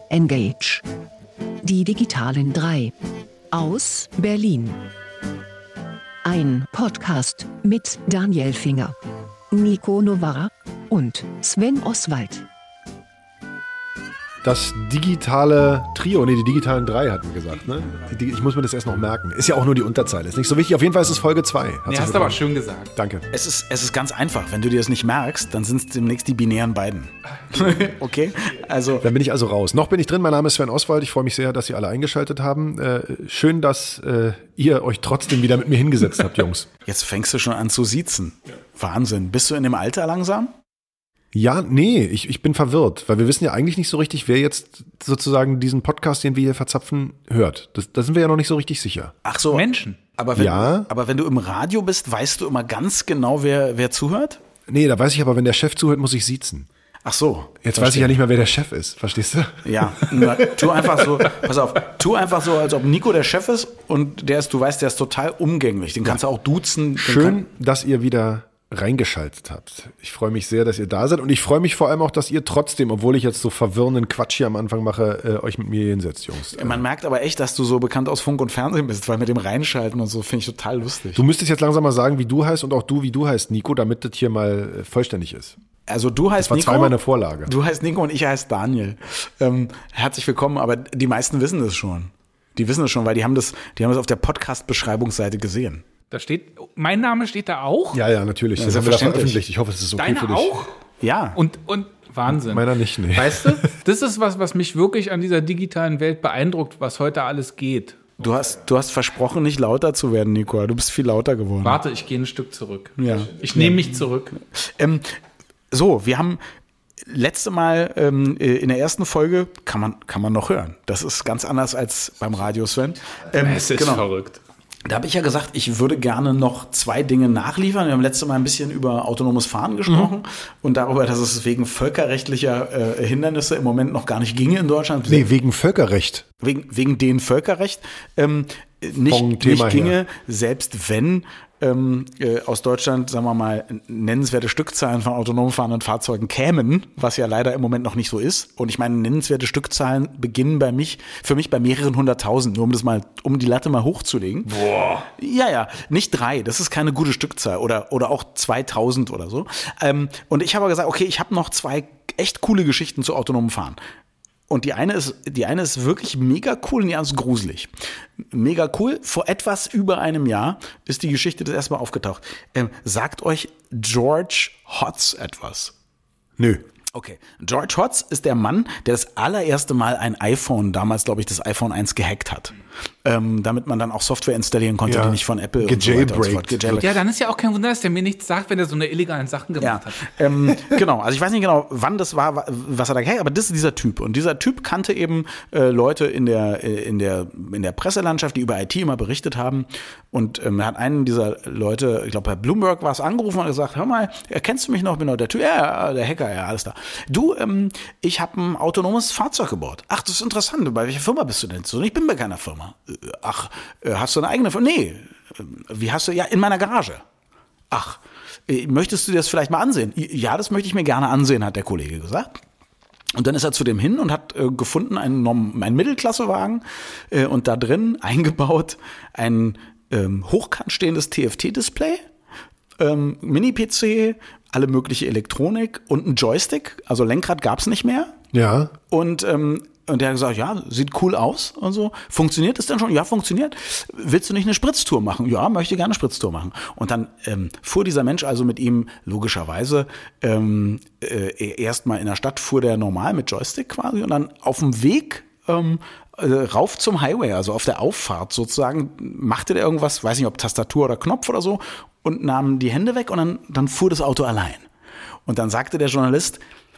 Engage. Die digitalen 3. Aus Berlin. Ein Podcast mit Daniel Finger, Nico Novara und Sven Oswald. Das digitale Trio, die digitalen 3 hatten wir gesagt, ne? Ich muss mir das erst noch merken. Ist ja auch nur die Unterzeile, ist nicht so wichtig. Auf jeden Fall ist es Folge 2. Hast du aber schön gesagt. Danke. Es ist ganz einfach. Wenn du dir das nicht merkst, dann sind es demnächst die binären beiden. Okay? Also. Dann bin ich also raus. Noch bin ich drin. Mein Name ist Sven Oswald. Ich freue mich sehr, dass Sie alle eingeschaltet haben. Schön, dass ihr euch trotzdem wieder mit mir hingesetzt habt, Jungs. Jetzt fängst du schon an zu siezen. Wahnsinn. Bist du in dem Alter langsam? Ja, nee, ich bin verwirrt, weil wir wissen ja eigentlich nicht so richtig, wer jetzt sozusagen diesen Podcast, den wir hier verzapfen, hört. Da sind wir ja noch nicht so richtig sicher. Ach so. Menschen. Aber wenn du im Radio bist, weißt du immer ganz genau, wer zuhört? Nee, da weiß ich aber, wenn der Chef zuhört, muss ich siezen. Ach so. Jetzt weiß ich ja nicht mehr, wer der Chef ist. Verstehst du? Ja. Tu einfach so, als ob Nico der Chef ist und der ist total umgänglich. Den kannst du auch duzen. Schön, dass ihr wieder reingeschaltet habt. Ich freue mich sehr, dass ihr da seid und ich freue mich vor allem auch, dass ihr trotzdem, obwohl ich jetzt so verwirrenden Quatsch hier am Anfang mache, euch mit mir hinsetzt, Jungs. Man merkt aber echt, dass du so bekannt aus Funk und Fernsehen bist, weil mit dem Reinschalten und so finde ich total lustig. Du müsstest jetzt langsam mal sagen, wie du heißt und auch du, wie du heißt, Nico, damit das hier mal vollständig ist. Also du heißt das war Nico. zweimal eine Vorlage. Du heißt Nico und ich heiße Daniel. Herzlich willkommen, aber die meisten wissen das schon. Die wissen das schon, weil die haben das auf der Podcast-Beschreibungsseite gesehen. Da steht, mein Name steht da auch? Ja, natürlich. Ja, das haben wir da veröffentlicht. Ich hoffe, es ist okay Deine für dich. auch? Ja. Und Wahnsinn. Meiner nicht, nee. Weißt du, das ist was mich wirklich an dieser digitalen Welt beeindruckt, was heute alles geht. Du hast versprochen, nicht lauter zu werden, Nico. Du bist viel lauter geworden. Warte, ich gehe ein Stück zurück. Ja. Ich nehme mich zurück. So, wir haben letzte Mal in der ersten Folge, kann man noch hören. Das ist ganz anders als beim Radio, Sven. Es ist verrückt. Da habe ich ja gesagt, ich würde gerne noch 2 Dinge nachliefern. Wir haben letztes Mal ein bisschen über autonomes Fahren gesprochen und darüber, dass es wegen völkerrechtlicher Hindernisse im Moment noch gar nicht ginge in Deutschland. Nee, wegen Völkerrecht. Wegen den Völkerrecht nicht ginge, selbst wenn aus Deutschland, sagen wir mal, nennenswerte Stückzahlen von autonom fahrenden Fahrzeugen kämen, was ja leider im Moment noch nicht so ist. Und ich meine, nennenswerte Stückzahlen beginnen für mich bei mehreren 100.000, nur um die Latte mal hochzulegen. Boah. Ja, nicht 3, das ist keine gute Stückzahl oder auch 2.000 oder so. Und ich habe gesagt, okay, ich habe noch 2 echt coole Geschichten zu autonomem Fahren. Und die eine ist wirklich mega cool und die andere ist gruselig. Mega cool. Vor etwas über einem Jahr ist die Geschichte das erste Mal aufgetaucht. Sagt euch George Hotz etwas? Nö. Okay. George Hotz ist der Mann, der das allererste Mal ein iPhone, damals glaube ich das iPhone 1 gehackt hat. Damit man dann auch Software installieren konnte, die nicht von Apple und so weiter und so fort. Ja, dann ist ja auch kein Wunder, dass der mir nichts sagt, wenn er so eine illegalen Sachen gemacht hat. Genau, also ich weiß nicht genau, wann das war, was er da gehackt hat, aber das ist dieser Typ. Und dieser Typ kannte eben Leute in der Presselandschaft, die über IT immer berichtet haben. Und er hat einen dieser Leute, ich glaube bei Bloomberg war es, angerufen und gesagt, hör mal, erkennst du mich noch? Bin doch der Typ. Ja, der Hacker, ja, alles da. Du, ich habe ein autonomes Fahrzeug gebaut. Ach, das ist interessant. Bei welcher Firma bist du denn? So, ich bin bei keiner Firma. Ach, hast du eine eigene Firma? Nee. Wie hast du? Ja, in meiner Garage. Ach, möchtest du dir das vielleicht mal ansehen? Ja, das möchte ich mir gerne ansehen, hat der Kollege gesagt. Und dann ist er zu dem hin und hat gefunden einen Mittelklassewagen und da drin eingebaut ein hochkant stehendes TFT-Display, Mini-PC, alle mögliche Elektronik und ein Joystick, also Lenkrad gab's nicht mehr. Ja. Und der hat gesagt, ja, sieht cool aus und so. Funktioniert das denn schon? Ja, funktioniert. Willst du nicht eine Spritztour machen? Ja, möchte gerne eine Spritztour machen. Und dann fuhr dieser Mensch also mit ihm logischerweise erstmal in der Stadt fuhr der normal mit Joystick quasi und dann auf dem Weg rauf zum Highway, also auf der Auffahrt sozusagen, machte der irgendwas, weiß nicht, ob Tastatur oder Knopf oder so, und nahm die Hände weg und dann fuhr das Auto allein. Und dann sagte der Journalist,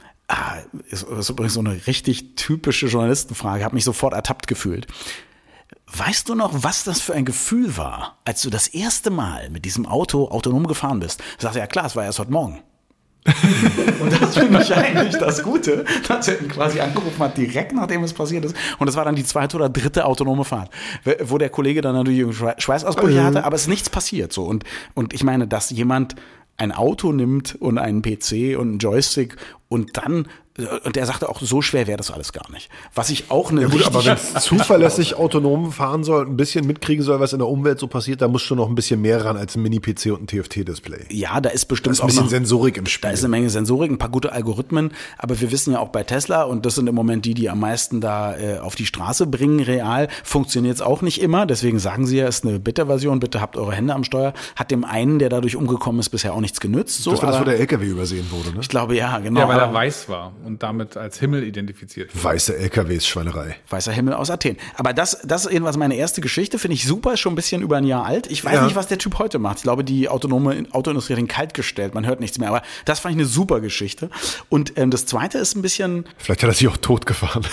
ist übrigens so eine richtig typische Journalistenfrage, habe mich sofort ertappt gefühlt. Weißt du noch, was das für ein Gefühl war, als du das erste Mal mit diesem Auto autonom gefahren bist? Ich sagte, ja klar, es war erst heute Morgen. Und das finde ich eigentlich das Gute, dass er ihn quasi angerufen hat, direkt nachdem es passiert ist. Und das war dann die 2. oder 3. autonome Fahrt, wo der Kollege dann natürlich Schweißausbrüche hatte, aber es ist nichts passiert. So. Und ich meine, dass jemand ein Auto nimmt und einen PC und einen Joystick Und er sagte auch, so schwer wäre das alles gar nicht. Was ich auch eine Gut, aber wenn es zuverlässig autonom fahren soll, ein bisschen mitkriegen soll, was in der Umwelt so passiert, da muss schon noch ein bisschen mehr ran als ein Mini-PC und ein TFT-Display. Ja, da ist bestimmt da ist ein bisschen Sensorik im Spiel. Da ist eine Menge Sensorik, ein paar gute Algorithmen, aber wir wissen ja auch bei Tesla, und das sind im Moment die am meisten da auf die Straße bringen, real, funktioniert es auch nicht immer, deswegen sagen sie ja, es ist eine Beta-Version, bitte habt eure Hände am Steuer, hat dem einen, der dadurch umgekommen ist, bisher auch nichts genützt. So, das war das, wo der LKW übersehen wurde, ne? Ich glaube, ja, genau. Ja, weil er weiß war und damit als Himmel identifiziert wurde. Weiße LKWs, Schweinerei. Weißer Himmel aus Athen. Aber das ist jedenfalls meine erste Geschichte, finde ich super, ist schon ein bisschen über ein Jahr alt. Ich weiß nicht, was der Typ heute macht. Ich glaube, die autonome Autoindustrie hat ihn kalt gestellt, man hört nichts mehr. Aber das fand ich eine super Geschichte. Und das Zweite ist ein bisschen... Vielleicht hat er sich auch totgefahren.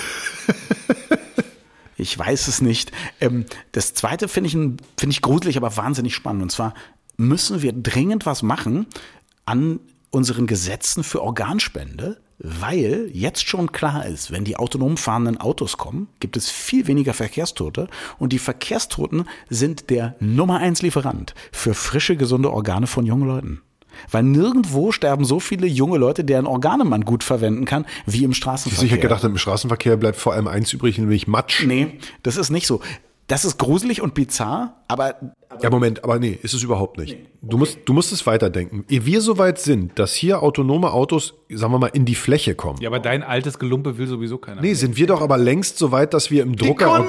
Ich weiß es nicht. Das Zweite finde ich gruselig, aber wahnsinnig spannend. Und zwar müssen wir dringend was machen an unseren Gesetzen für Organspende, weil jetzt schon klar ist, wenn die autonom fahrenden Autos kommen, gibt es viel weniger Verkehrstote und die Verkehrstoten sind der Nummer 1 Lieferant für frische, gesunde Organe von jungen Leuten. Weil nirgendwo sterben so viele junge Leute, deren Organe man gut verwenden kann, wie im Straßenverkehr. Ich hätte gedacht, im Straßenverkehr bleibt vor allem eins übrig, nämlich Matsch. Nee, das ist nicht so. Das ist gruselig und bizarr, aber... Ja, Moment, aber nee, ist es überhaupt nicht. Nee, okay. Du musst es weiterdenken. Ehe wir so weit sind, dass hier autonome Autos, sagen wir mal, in die Fläche kommen. Ja, aber dein altes Gelumpe will sowieso keiner. Nee, sind wir doch aber längst so weit, dass wir im Drucker,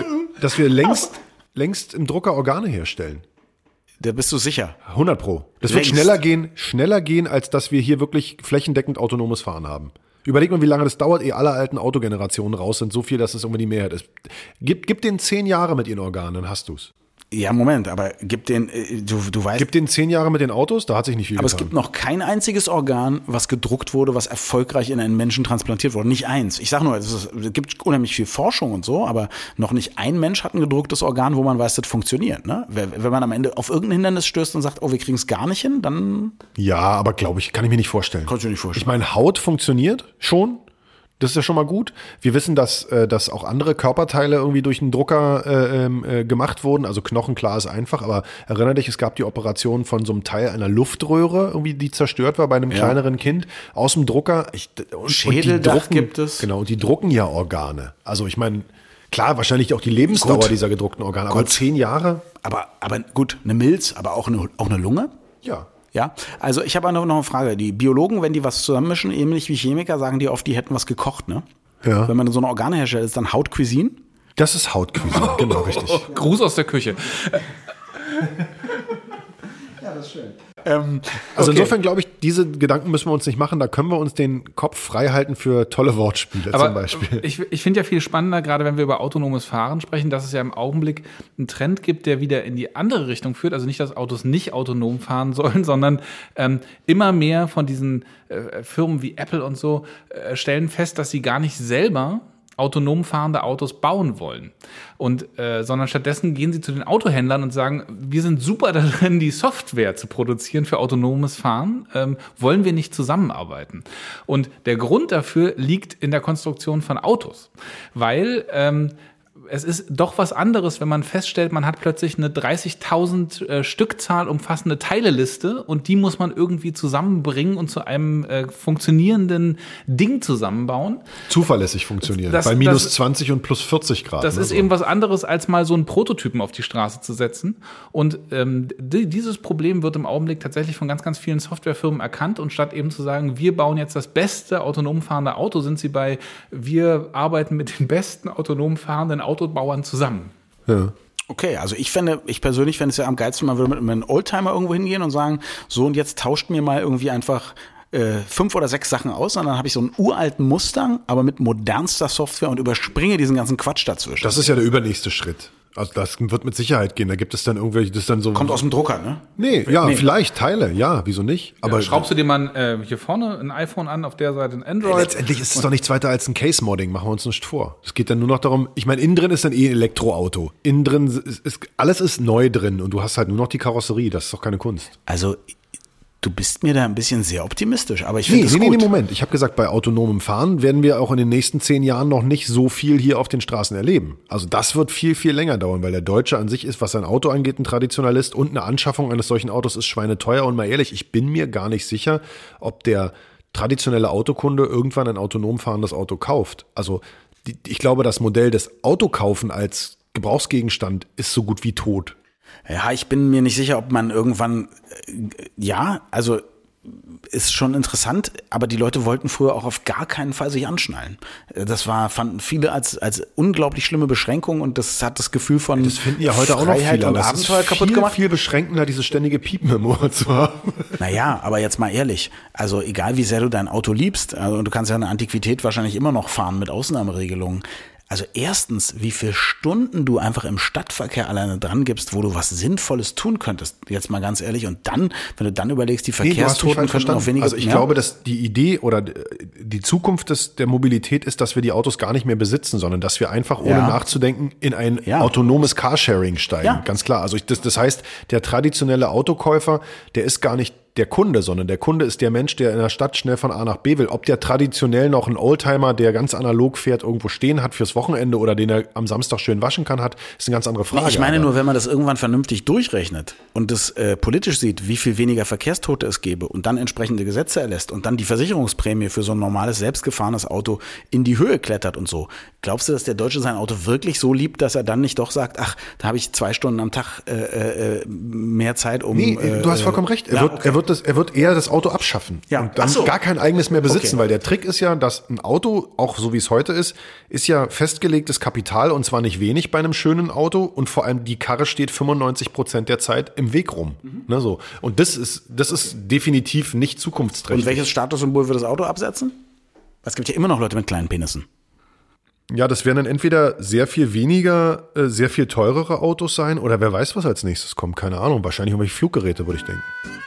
längst im Drucker Organe herstellen. Da bist du sicher. 100 Pro. Das wird schneller gehen, als dass wir hier wirklich flächendeckend autonomes Fahren haben. Überleg mal, wie lange das dauert, ehe alle alten Autogenerationen raus sind. So viel, dass es immer die Mehrheit ist. Gib denen 10 Jahre mit ihren Organen, dann hast du's. Ja, Moment, aber gib den, du weißt... Gib denen 10 Jahre mit den Autos, da hat sich nicht viel getan. Aber es gibt noch kein einziges Organ, was gedruckt wurde, was erfolgreich in einen Menschen transplantiert wurde. Nicht eins. Ich sag nur, es gibt unheimlich viel Forschung und so, aber noch nicht ein Mensch hat ein gedrucktes Organ, wo man weiß, das funktioniert. Ne? Wenn man am Ende auf irgendein Hindernis stößt und sagt, oh, wir kriegen es gar nicht hin, dann... Ja, aber glaube ich, kann ich mir nicht vorstellen. Kannst du nicht vorstellen. Ich meine, Haut funktioniert schon. Das ist ja schon mal gut. Wir wissen, dass auch andere Körperteile irgendwie durch einen Drucker gemacht wurden. Also Knochen, klar, ist einfach. Aber erinnere dich, es gab die Operation von so einem Teil einer Luftröhre, irgendwie, die zerstört war bei einem kleineren Kind, aus dem Drucker. Schädeldach gibt es. Genau, und die drucken ja Organe. Also ich meine, klar, wahrscheinlich auch die Lebensdauer dieser gedruckten Organe. Aber 10 Jahre? Aber gut, eine Milz, aber auch eine Lunge? Ja. Ja, also ich habe noch eine Frage. Die Biologen, wenn die was zusammenmischen, ähnlich wie Chemiker, sagen die oft, die hätten was gekocht, ne? Ja. Wenn man so eine Organe herstellt, ist dann Hautcuisine? Das ist Hautcuisine, genau, richtig. Gruß aus der Küche. Ja, das ist schön. Also insofern glaube ich, diese Gedanken müssen wir uns nicht machen. Da können wir uns den Kopf frei halten für tolle Wortspiele zum Beispiel. Ich finde ja viel spannender, gerade wenn wir über autonomes Fahren sprechen, dass es ja im Augenblick einen Trend gibt, der wieder in die andere Richtung führt. Also nicht, dass Autos nicht autonom fahren sollen, sondern immer mehr von diesen Firmen wie Apple und so stellen fest, dass sie gar nicht selber autonom fahrende Autos bauen wollen. Sondern stattdessen gehen sie zu den Autohändlern und sagen, wir sind super darin, die Software zu produzieren für autonomes Fahren. Wollen wir nicht zusammenarbeiten? Und der Grund dafür liegt in der Konstruktion von Autos. Weil es ist doch was anderes, wenn man feststellt, man hat plötzlich eine 30.000 Stückzahl umfassende Teileliste und die muss man irgendwie zusammenbringen und zu einem funktionierenden Ding zusammenbauen. Zuverlässig funktionieren, bei minus 20 und plus 40 Grad. Das ist eben was anderes, als mal so einen Prototypen auf die Straße zu setzen. Und dieses Problem wird im Augenblick tatsächlich von ganz, ganz vielen Softwarefirmen erkannt und statt eben zu sagen, wir bauen jetzt das beste autonom fahrende Auto, sind sie bei, wir arbeiten mit den besten autonom fahrenden Autobauern zusammen. Ja. Okay, also ich persönlich fände es ja am geilsten, man würde mit einem Oldtimer irgendwo hingehen und sagen, so und jetzt tauscht mir mal irgendwie einfach 5 oder 6 Sachen aus, und dann habe ich so einen uralten Mustang, aber mit modernster Software und überspringe diesen ganzen Quatsch dazwischen. Das ist ja der übernächste Schritt. Also das wird mit Sicherheit gehen. Da gibt es dann irgendwelche, das ist dann so. Kommt aus dem Drucker, ne? Nee, vielleicht Teile, ja, wieso nicht? Aber ja, schraubst du dir mal hier vorne ein iPhone an, auf der Seite ein Android. Letztendlich ist es doch nichts weiter als ein Case-Modding, machen wir uns nicht vor. Es geht dann nur noch darum, ich meine, innen drin ist dann ein Elektroauto. Innen drin alles ist neu drin und du hast halt nur noch die Karosserie, das ist doch keine Kunst. Also du bist mir da ein bisschen sehr optimistisch, aber ich finde es gut. Nee, Moment. Ich habe gesagt, bei autonomem Fahren werden wir auch in den nächsten 10 Jahren noch nicht so viel hier auf den Straßen erleben. Also das wird viel, viel länger dauern, weil der Deutsche an sich ist, was sein Auto angeht, ein Traditionalist und eine Anschaffung eines solchen Autos ist schweineteuer. Und mal ehrlich, ich bin mir gar nicht sicher, ob der traditionelle Autokunde irgendwann ein autonom fahrendes Auto kauft. Also ich glaube, das Modell des Autokaufen als Gebrauchsgegenstand ist so gut wie tot. Ja, ich bin mir nicht sicher, ob man irgendwann, also ist schon interessant, aber die Leute wollten früher auch auf gar keinen Fall sich anschnallen. Das fanden viele als unglaublich schlimme Beschränkung und das hat das Gefühl von das finden ja heute auch noch viele, und Abenteuer kaputt gemacht. Viel beschränkender, dieses ständige Piepen im Ohr zu haben. Naja, aber jetzt mal ehrlich, also egal wie sehr du dein Auto liebst, also du kannst ja eine Antiquität wahrscheinlich immer noch fahren mit Ausnahmeregelungen. Also erstens, wie viele Stunden du einfach im Stadtverkehr alleine dran gibst, wo du was Sinnvolles tun könntest, jetzt mal ganz ehrlich. Und dann, wenn du dann überlegst, die Verkehrstoten könnten auch weniger. Also ich glaube, dass die Idee oder die Zukunft der Mobilität ist, dass wir die Autos gar nicht mehr besitzen, sondern dass wir einfach ohne nachzudenken in ein autonomes Carsharing steigen. Ja. Ganz klar. Also das heißt, der traditionelle Autokäufer, der ist gar nicht der Kunde, sondern der Kunde ist der Mensch, der in der Stadt schnell von A nach B will. Ob der traditionell noch einen Oldtimer, der ganz analog fährt, irgendwo stehen hat fürs Wochenende oder den er am Samstag schön waschen kann, ist eine ganz andere Frage. Ich meine nur, wenn man das irgendwann vernünftig durchrechnet und das politisch sieht, wie viel weniger Verkehrstote es gäbe und dann entsprechende Gesetze erlässt und dann die Versicherungsprämie für so ein normales, selbstgefahrenes Auto in die Höhe klettert und so. Glaubst du, dass der Deutsche sein Auto wirklich so liebt, dass er dann nicht doch sagt, ach, da habe ich 2 Stunden am Tag mehr Zeit, um... Nee, du hast vollkommen recht. Er wird eher das Auto abschaffen und dann gar kein eigenes mehr besitzen, weil der Trick ist ja, dass ein Auto, auch so wie es heute ist ja festgelegtes Kapital und zwar nicht wenig bei einem schönen Auto und vor allem die Karre steht 95% der Zeit im Weg rum. Ne, so. Und das ist definitiv nicht zukunftsträchtig. Und welches Statussymbol wird das Auto absetzen? Es gibt ja immer noch Leute mit kleinen Penissen. Ja, das werden dann entweder sehr viel weniger, sehr viel teurere Autos sein oder wer weiß, was als nächstes kommt. Keine Ahnung, wahrscheinlich irgendwelche Fluggeräte, würde ich denken.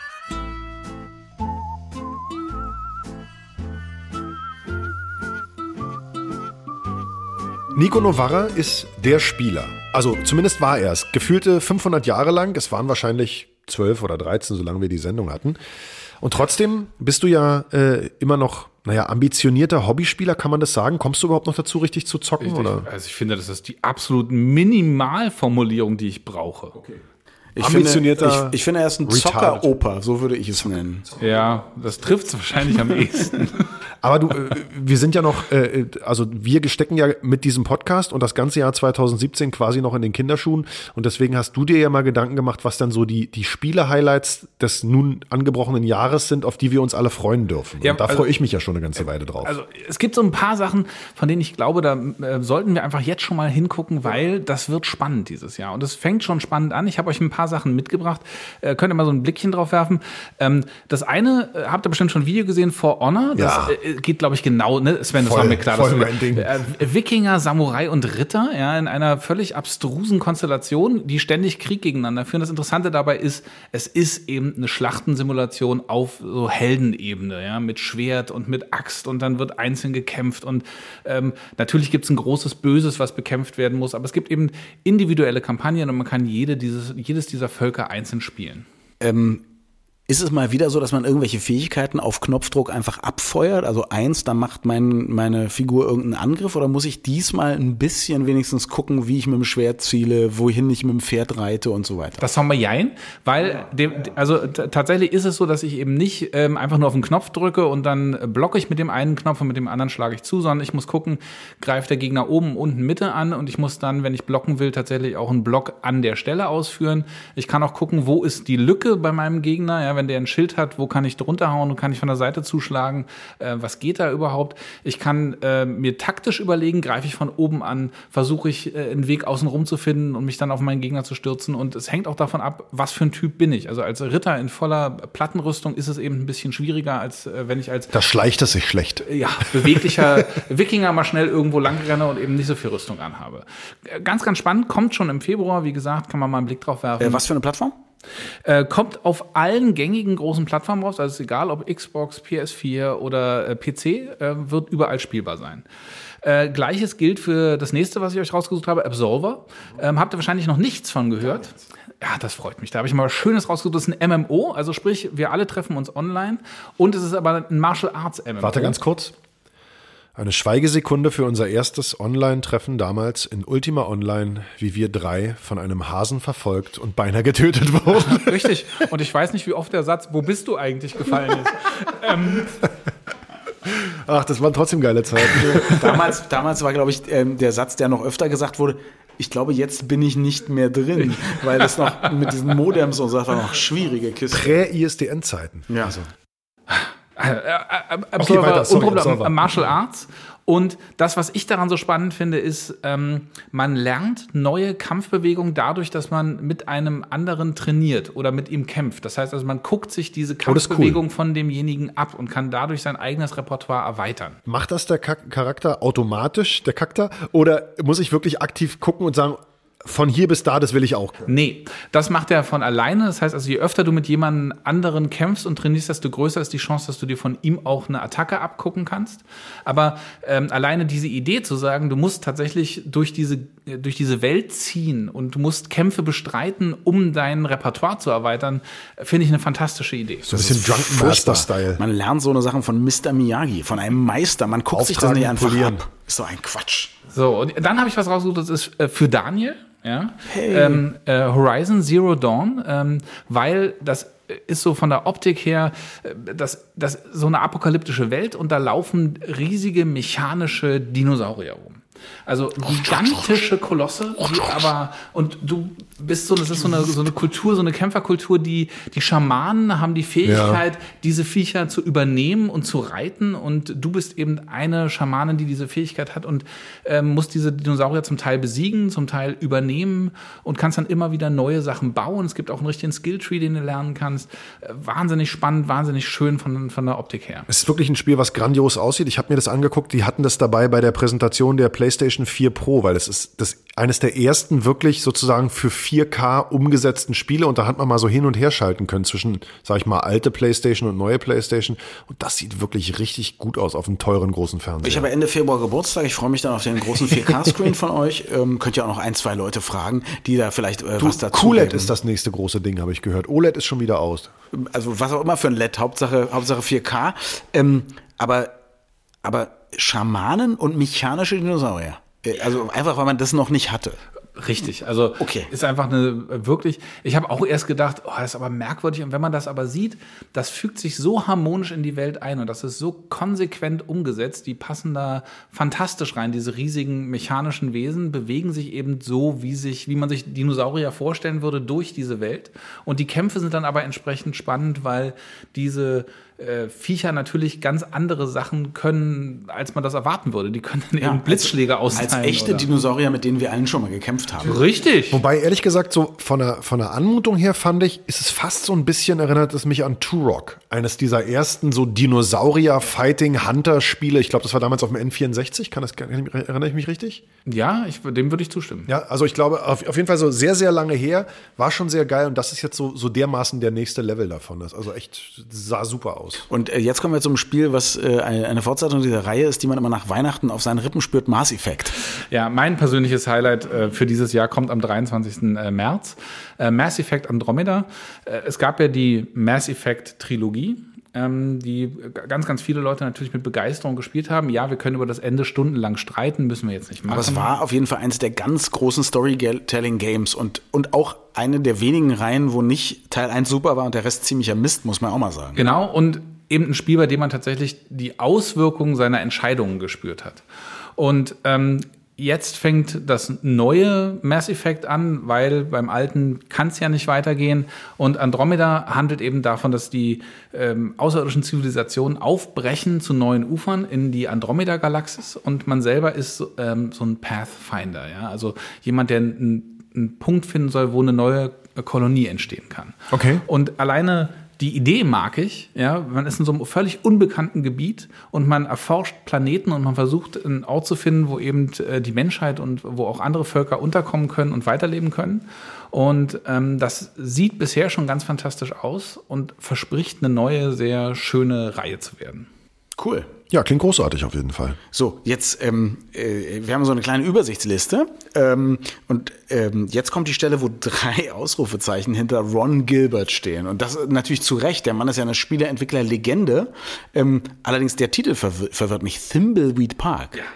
Nico Novara ist der Spieler. Also zumindest war er es. Gefühlte 500 Jahre lang. Es waren wahrscheinlich 12 oder 13, solange wir die Sendung hatten. Und trotzdem bist du ja immer noch, ambitionierter Hobbyspieler, kann man das sagen? Kommst du überhaupt noch dazu, richtig zu zocken? Oder? Also ich finde, das ist die absolut Minimalformulierung, die ich brauche. Okay. Ich finde, er ist ein Zocker-Opa, so würde ich es nennen. Ja, das trifft es wahrscheinlich am ehesten. Aber wir sind ja noch, wir stecken ja mit diesem Podcast und das ganze Jahr 2017 quasi noch in den Kinderschuhen und deswegen hast du dir ja mal Gedanken gemacht, was dann so die Spiele-Highlights des nun angebrochenen Jahres sind, auf die wir uns alle freuen dürfen. Ja, und da freue ich mich ja schon eine ganze Weile drauf. Also es gibt so ein paar Sachen, von denen ich glaube, da sollten wir einfach jetzt schon mal hingucken, weil das wird spannend dieses Jahr und es fängt schon spannend an. Ich habe euch ein paar Sachen mitgebracht, könnt ihr mal so ein Blickchen drauf werfen. Das eine, habt ihr bestimmt schon ein Video gesehen, For Honor, das geht, glaube ich, genau, ne? Sven, das war mir klar. Wikinger, Samurai und Ritter, ja, in einer völlig abstrusen Konstellation, die ständig Krieg gegeneinander führen. Das Interessante dabei ist, es ist eben eine Schlachtensimulation auf so Heldenebene, ja, mit Schwert und mit Axt und dann wird einzeln gekämpft und natürlich gibt es ein großes Böses, was bekämpft werden muss, aber es gibt eben individuelle Kampagnen und man kann jedes dieser Völker einzeln spielen. Ist es mal wieder so, dass man irgendwelche Fähigkeiten auf Knopfdruck einfach abfeuert? Also 1, dann macht meine Figur irgendeinen Angriff oder muss ich diesmal ein bisschen wenigstens gucken, wie ich mit dem Schwert ziele, wohin ich mit dem Pferd reite und so weiter? Das haben wir jein, weil tatsächlich ist es so, dass ich eben nicht einfach nur auf den Knopf drücke und dann blocke ich mit dem einen Knopf und mit dem anderen schlage ich zu, sondern ich muss gucken, greift der Gegner oben, unten, Mitte an und ich muss dann, wenn ich blocken will, tatsächlich auch einen Block an der Stelle ausführen. Ich kann auch gucken, wo ist die Lücke bei meinem Gegner, ja, wenn der ein Schild hat, wo kann ich drunter hauen, wo kann ich von der Seite zuschlagen, was geht da überhaupt? Ich kann mir taktisch überlegen, greife ich von oben an, versuche ich einen Weg außen rum zu finden und mich dann auf meinen Gegner zu stürzen und es hängt auch davon ab, was für ein Typ bin ich. Also als Ritter in voller Plattenrüstung ist es eben ein bisschen schwieriger, als wenn ich als... Da schleicht es sich schlecht. Ja, beweglicher Wikinger mal schnell irgendwo lang renne und eben nicht so viel Rüstung anhabe. Ganz, ganz spannend, kommt schon im Februar, wie gesagt, kann man mal einen Blick drauf werfen. Was für eine Plattform? Kommt auf allen gängigen großen Plattformen raus, also ist egal, ob Xbox, PS4 oder PC, wird überall spielbar sein. Gleiches gilt für das nächste, was ich euch rausgesucht habe, Absolver. Habt ihr wahrscheinlich noch nichts von gehört? Ja, das freut mich. Da habe ich mal was Schönes rausgesucht. Das ist ein MMO, also sprich, wir alle treffen uns online und es ist aber ein Martial Arts MMO. Warte ganz kurz. Eine Schweigesekunde für unser erstes Online-Treffen damals in Ultima Online, wie wir 3 von einem Hasen verfolgt und beinahe getötet wurden. Richtig. Und ich weiß nicht, wie oft der Satz, wo bist du eigentlich, gefallen ist. Ach, das waren trotzdem geile Zeiten. Damals war, glaube ich, der Satz, der noch öfter gesagt wurde, ich glaube, jetzt bin ich nicht mehr drin, weil das noch mit diesen Modems und so war noch schwierige Kiste. Prä-ISDN-Zeiten. Ja. Also. Absolver, Martial Arts. Und das, was ich daran so spannend finde, ist, man lernt neue Kampfbewegungen dadurch, dass man mit einem anderen trainiert oder mit ihm kämpft. Das heißt also, man guckt sich diese Kampfbewegung von demjenigen ab und kann dadurch sein eigenes Repertoire erweitern. Macht das der Charakter automatisch, der Charakter? Oder muss ich wirklich aktiv gucken und sagen, von hier bis da, das will ich auch? Nee, das macht er von alleine. Das heißt also, je öfter du mit jemandem anderen kämpfst und trainierst, desto größer ist die Chance, dass du dir von ihm auch eine Attacke abgucken kannst. Aber alleine diese Idee zu sagen, du musst tatsächlich durch diese Welt ziehen und du musst Kämpfe bestreiten, um dein Repertoire zu erweitern, finde ich eine fantastische Idee. So ein bisschen Drunken Master-Style. Man lernt so eine Sachen von Mr. Miyagi, von einem Meister. Man guckt sich das nicht einfach ab. Ist so ein Quatsch. So, und dann habe ich was rausgesucht, das ist für Daniel. Ja? Hey. Horizon Zero Dawn, weil das ist so von der Optik her das so eine apokalyptische Welt und da laufen riesige mechanische Dinosaurier rum. Also gigantische Kolosse, und du bist so, das ist so eine Kultur, so eine Kämpferkultur, die Schamanen haben die Fähigkeit, diese Viecher zu übernehmen und zu reiten und du bist eben eine Schamanin, die diese Fähigkeit hat und musst diese Dinosaurier zum Teil besiegen, zum Teil übernehmen und kannst dann immer wieder neue Sachen bauen. Es gibt auch einen richtigen Skilltree, den du lernen kannst. Wahnsinnig spannend, wahnsinnig schön von der Optik her. Es ist wirklich ein Spiel, was grandios aussieht. Ich habe mir das angeguckt, die hatten das dabei bei der Präsentation der PlayStation 4 Pro, weil das ist eines der ersten wirklich sozusagen für 4K umgesetzten Spiele und da hat man mal so hin und her schalten können zwischen, sag ich mal, alte PlayStation und neue PlayStation und das sieht wirklich richtig gut aus auf einem teuren großen Fernseher. Ich habe Ende Februar Geburtstag, ich freue mich dann auf den großen 4K-Screen von euch. Könnt ihr auch noch 1, 2 Leute fragen, die da vielleicht was dazu QLED geben. ist das nächste große Ding, habe ich gehört. OLED ist schon wieder aus. Also was auch immer für ein LED, Hauptsache 4K. Aber Schamanen und mechanische Dinosaurier. Also einfach, weil man das noch nicht hatte. Richtig, also ist einfach ich habe auch erst gedacht, das ist aber merkwürdig und wenn man das aber sieht, das fügt sich so harmonisch in die Welt ein und das ist so konsequent umgesetzt, die passen da fantastisch rein, diese riesigen mechanischen Wesen bewegen sich eben so, wie man sich Dinosaurier vorstellen würde durch diese Welt und die Kämpfe sind dann aber entsprechend spannend, weil diese Viecher natürlich ganz andere Sachen können, als man das erwarten würde. Die können dann eben Blitzschläge austeilen. Als echte Dinosaurier, mit denen wir allen schon mal gekämpft haben. Richtig. Wobei, ehrlich gesagt, so von der Anmutung her fand ich, ist es fast so ein bisschen, erinnert es mich an Turok. Eines dieser ersten so Dinosaurier-Fighting-Hunter-Spiele. Ich glaube, das war damals auf dem N64. Erinnere ich mich richtig? Ja, dem würde ich zustimmen. Ja, also ich glaube, auf jeden Fall so sehr, sehr lange her. War schon sehr geil und das ist jetzt so dermaßen der nächste Level davon. Das also echt sah super aus. Und jetzt kommen wir zum Spiel, was eine Fortsetzung dieser Reihe ist, die man immer nach Weihnachten auf seinen Rippen spürt, Mass Effect. Ja, mein persönliches Highlight für dieses Jahr kommt am 23. März. Mass Effect Andromeda. Es gab ja die Mass Effect Trilogie, die ganz, ganz viele Leute natürlich mit Begeisterung gespielt haben. Ja, wir können über das Ende stundenlang streiten, müssen wir jetzt nicht machen. Aber es war auf jeden Fall eines der ganz großen Storytelling-Games und auch eine der wenigen Reihen, wo nicht Teil 1 super war und der Rest ziemlicher Mist, muss man auch mal sagen. Genau, und eben ein Spiel, bei dem man tatsächlich die Auswirkungen seiner Entscheidungen gespürt hat. Und jetzt fängt das neue Mass Effect an, weil beim alten kann es ja nicht weitergehen. Und Andromeda handelt eben davon, dass die außerirdischen Zivilisationen aufbrechen zu neuen Ufern in die Andromeda-Galaxis. Und man selber ist so ein Pathfinder, ja? Also jemand, der einen Punkt finden soll, wo eine neue Kolonie entstehen kann. Okay. Und alleine die Idee mag ich, ja, man ist in so einem völlig unbekannten Gebiet und man erforscht Planeten und man versucht einen Ort zu finden, wo eben die Menschheit und wo auch andere Völker unterkommen können und weiterleben können. Und das sieht bisher schon ganz fantastisch aus und verspricht eine neue, sehr schöne Reihe zu werden. Cool. Ja, klingt großartig auf jeden Fall. So, jetzt, wir haben so eine kleine Übersichtsliste und jetzt kommt die Stelle, wo 3 Ausrufezeichen hinter Ron Gilbert stehen. Und das natürlich zu Recht, der Mann ist ja eine Spieleentwickler-Legende. Allerdings der Titel verwirrt mich, Thimbleweed Park. Ja.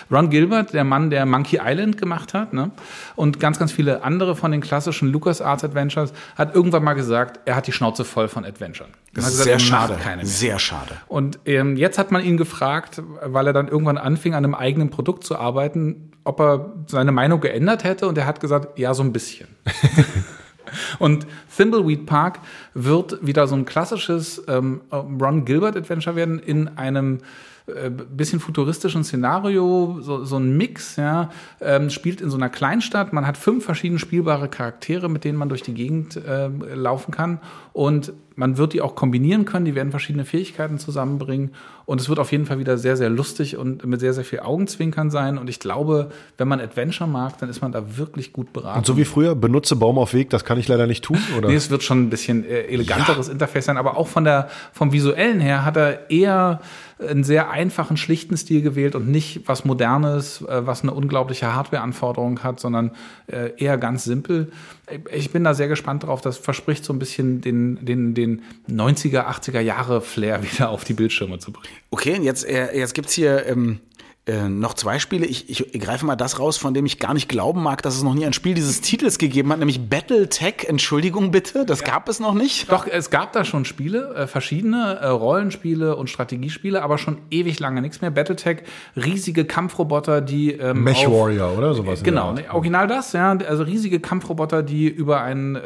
Ron Gilbert, der Mann, der Monkey Island gemacht hat, ne? Und ganz, ganz viele andere von den klassischen LucasArts Adventures, hat irgendwann mal gesagt, er hat die Schnauze voll von Adventuren. Das ist sehr schade. Sehr schade. Und jetzt hat man ihn gefragt, weil er dann irgendwann anfing, an einem eigenen Produkt zu arbeiten, ob er seine Meinung geändert hätte. Und er hat gesagt, ja, so ein bisschen. Und Thimbleweed Park wird wieder so ein klassisches Ron Gilbert Adventure werden in einem bisschen futuristischen Szenario, so ein Mix, ja, spielt in so einer Kleinstadt. Man hat 5 verschiedene spielbare Charaktere, mit denen man durch die Gegend laufen kann. Und man wird die auch kombinieren können. Die werden verschiedene Fähigkeiten zusammenbringen. Und es wird auf jeden Fall wieder sehr, sehr lustig und mit sehr, sehr viel Augenzwinkern sein. Und ich glaube, wenn man Adventure mag, dann ist man da wirklich gut beraten. Und so wie früher, benutze Baum auf Weg, das kann ich leider nicht tun, oder? Nee, es wird schon ein bisschen eleganteres Interface sein. Aber auch vom Visuellen her hat er eher einen sehr einfachen, schlichten Stil gewählt und nicht was Modernes, was eine unglaubliche Hardware-Anforderung hat, sondern eher ganz simpel. Ich bin da sehr gespannt drauf. Das verspricht so ein bisschen den 90er, 80er Jahre Flair wieder auf die Bildschirme zu bringen. Okay, und jetzt gibt's hier noch 2 Spiele. Ich greife mal das raus, von dem ich gar nicht glauben mag, dass es noch nie ein Spiel dieses Titels gegeben hat, nämlich Battletech. Entschuldigung bitte, das gab es noch nicht? Doch, es gab da schon Spiele, verschiedene Rollenspiele und Strategiespiele, aber schon ewig lange nichts mehr. Battletech, riesige Kampfroboter, die MechWarrior oder sowas. Genau, original das, ja, also riesige Kampfroboter, die über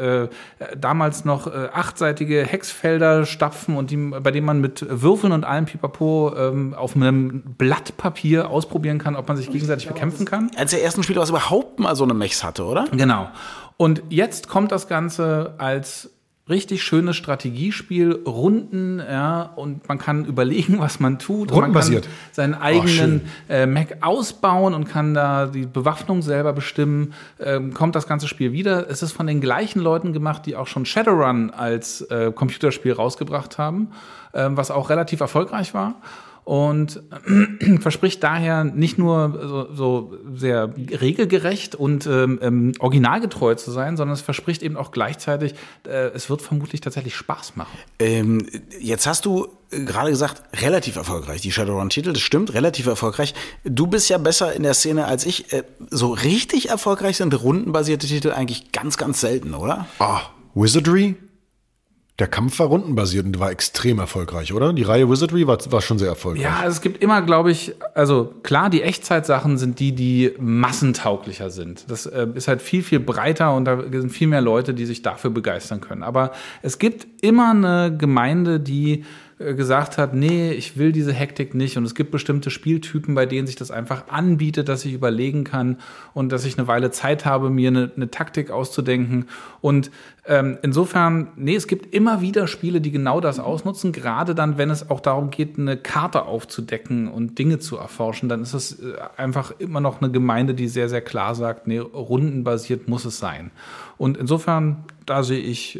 damals noch 8-seitige Hexfelder stapfen und bei denen man mit Würfeln und allem Pipapo auf einem Blatt Papier ausprobieren kann, ob man sich gegenseitig bekämpfen kann. Eines der ersten Spiele, was überhaupt mal so eine Mechs hatte, oder? Genau. Und jetzt kommt das Ganze als richtig schönes Strategiespiel, Runden, ja, und man kann überlegen, was man tut. Rundenbasiert. Man kann seinen eigenen Mech ausbauen und kann da die Bewaffnung selber bestimmen. Kommt das ganze Spiel wieder. Es ist von den gleichen Leuten gemacht, die auch schon Shadowrun als Computerspiel rausgebracht haben, was auch relativ erfolgreich war. Und verspricht daher nicht nur so sehr regelgerecht und originalgetreu zu sein, sondern es verspricht eben auch gleichzeitig, es wird vermutlich tatsächlich Spaß machen. Jetzt hast du gerade gesagt, relativ erfolgreich, die Shadowrun-Titel, das stimmt, relativ erfolgreich. Du bist ja besser in der Szene als ich. So richtig erfolgreich sind rundenbasierte Titel eigentlich ganz, ganz selten, oder? Wizardry? Der Kampf war rundenbasiert und war extrem erfolgreich, oder? Die Reihe Wizardry war schon sehr erfolgreich. Ja, es gibt immer, glaube ich, also klar, die Echtzeitsachen sind die massentauglicher sind. Das ist halt viel, viel breiter und da sind viel mehr Leute, die sich dafür begeistern können. Aber es gibt immer eine Gemeinde, die gesagt hat, nee, ich will diese Hektik nicht. Und es gibt bestimmte Spieltypen, bei denen sich das einfach anbietet, dass ich überlegen kann und dass ich eine Weile Zeit habe, mir eine Taktik auszudenken. Und insofern, nee, es gibt immer wieder Spiele, die genau das ausnutzen. Gerade dann, wenn es auch darum geht, eine Karte aufzudecken und Dinge zu erforschen, dann ist es einfach immer noch eine Gemeinde, die sehr, sehr klar sagt, nee, rundenbasiert muss es sein. Und insofern, da sehe ich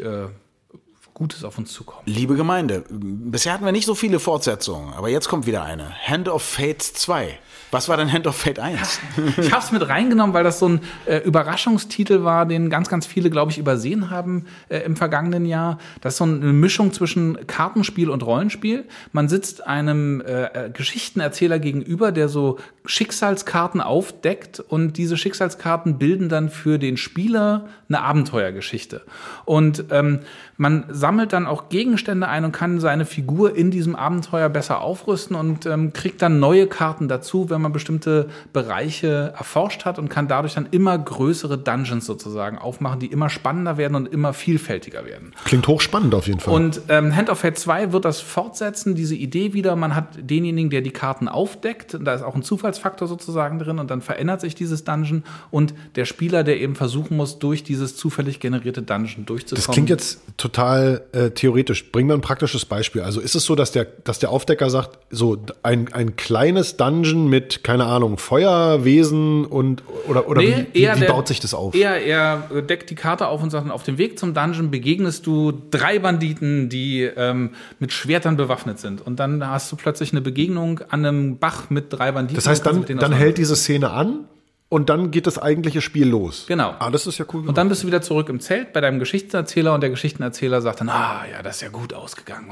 Gutes auf uns zukommen. Liebe Gemeinde, bisher hatten wir nicht so viele Fortsetzungen, aber jetzt kommt wieder eine. Hand of Fate 2. Was war denn Hand of Fate 1? Ich habe es mit reingenommen, weil das so ein Überraschungstitel war, den ganz, ganz viele, glaube ich, übersehen haben im vergangenen Jahr. Das ist so eine Mischung zwischen Kartenspiel und Rollenspiel. Man sitzt einem Geschichtenerzähler gegenüber, der so Schicksalskarten aufdeckt und diese Schicksalskarten bilden dann für den Spieler eine Abenteuergeschichte. Und man sammelt dann auch Gegenstände ein und kann seine Figur in diesem Abenteuer besser aufrüsten und kriegt dann neue Karten dazu, wenn man bestimmte Bereiche erforscht hat und kann dadurch dann immer größere Dungeons sozusagen aufmachen, die immer spannender werden und immer vielfältiger werden. Klingt hochspannend auf jeden Fall. Und Hand of Fate 2 wird das fortsetzen, diese Idee wieder. Man hat denjenigen, der die Karten aufdeckt, da ist auch ein Zufallsfaktor sozusagen drin und dann verändert sich dieses Dungeon und der Spieler, der eben versuchen muss, durch dieses zufällig generierte Dungeon durchzukommen. Das klingt jetzt total theoretisch. Bring mir ein praktisches Beispiel. Also ist es so, dass der Aufdecker sagt, so ein kleines Dungeon mit, keine Ahnung, Feuerwesen oder nee, wie baut sich das auf? Er deckt die Karte auf und sagt, auf dem Weg zum Dungeon begegnest du 3 Banditen, die mit Schwertern bewaffnet sind. Und dann hast du plötzlich eine Begegnung an einem Bach mit 3 Banditen. Das heißt, dann hält diese Szene an und dann geht das eigentliche Spiel los. Genau. Das ist ja cool. Und dann bist du wieder zurück im Zelt bei deinem Geschichtenerzähler und der Geschichtenerzähler sagt dann, ja, das ist ja gut ausgegangen und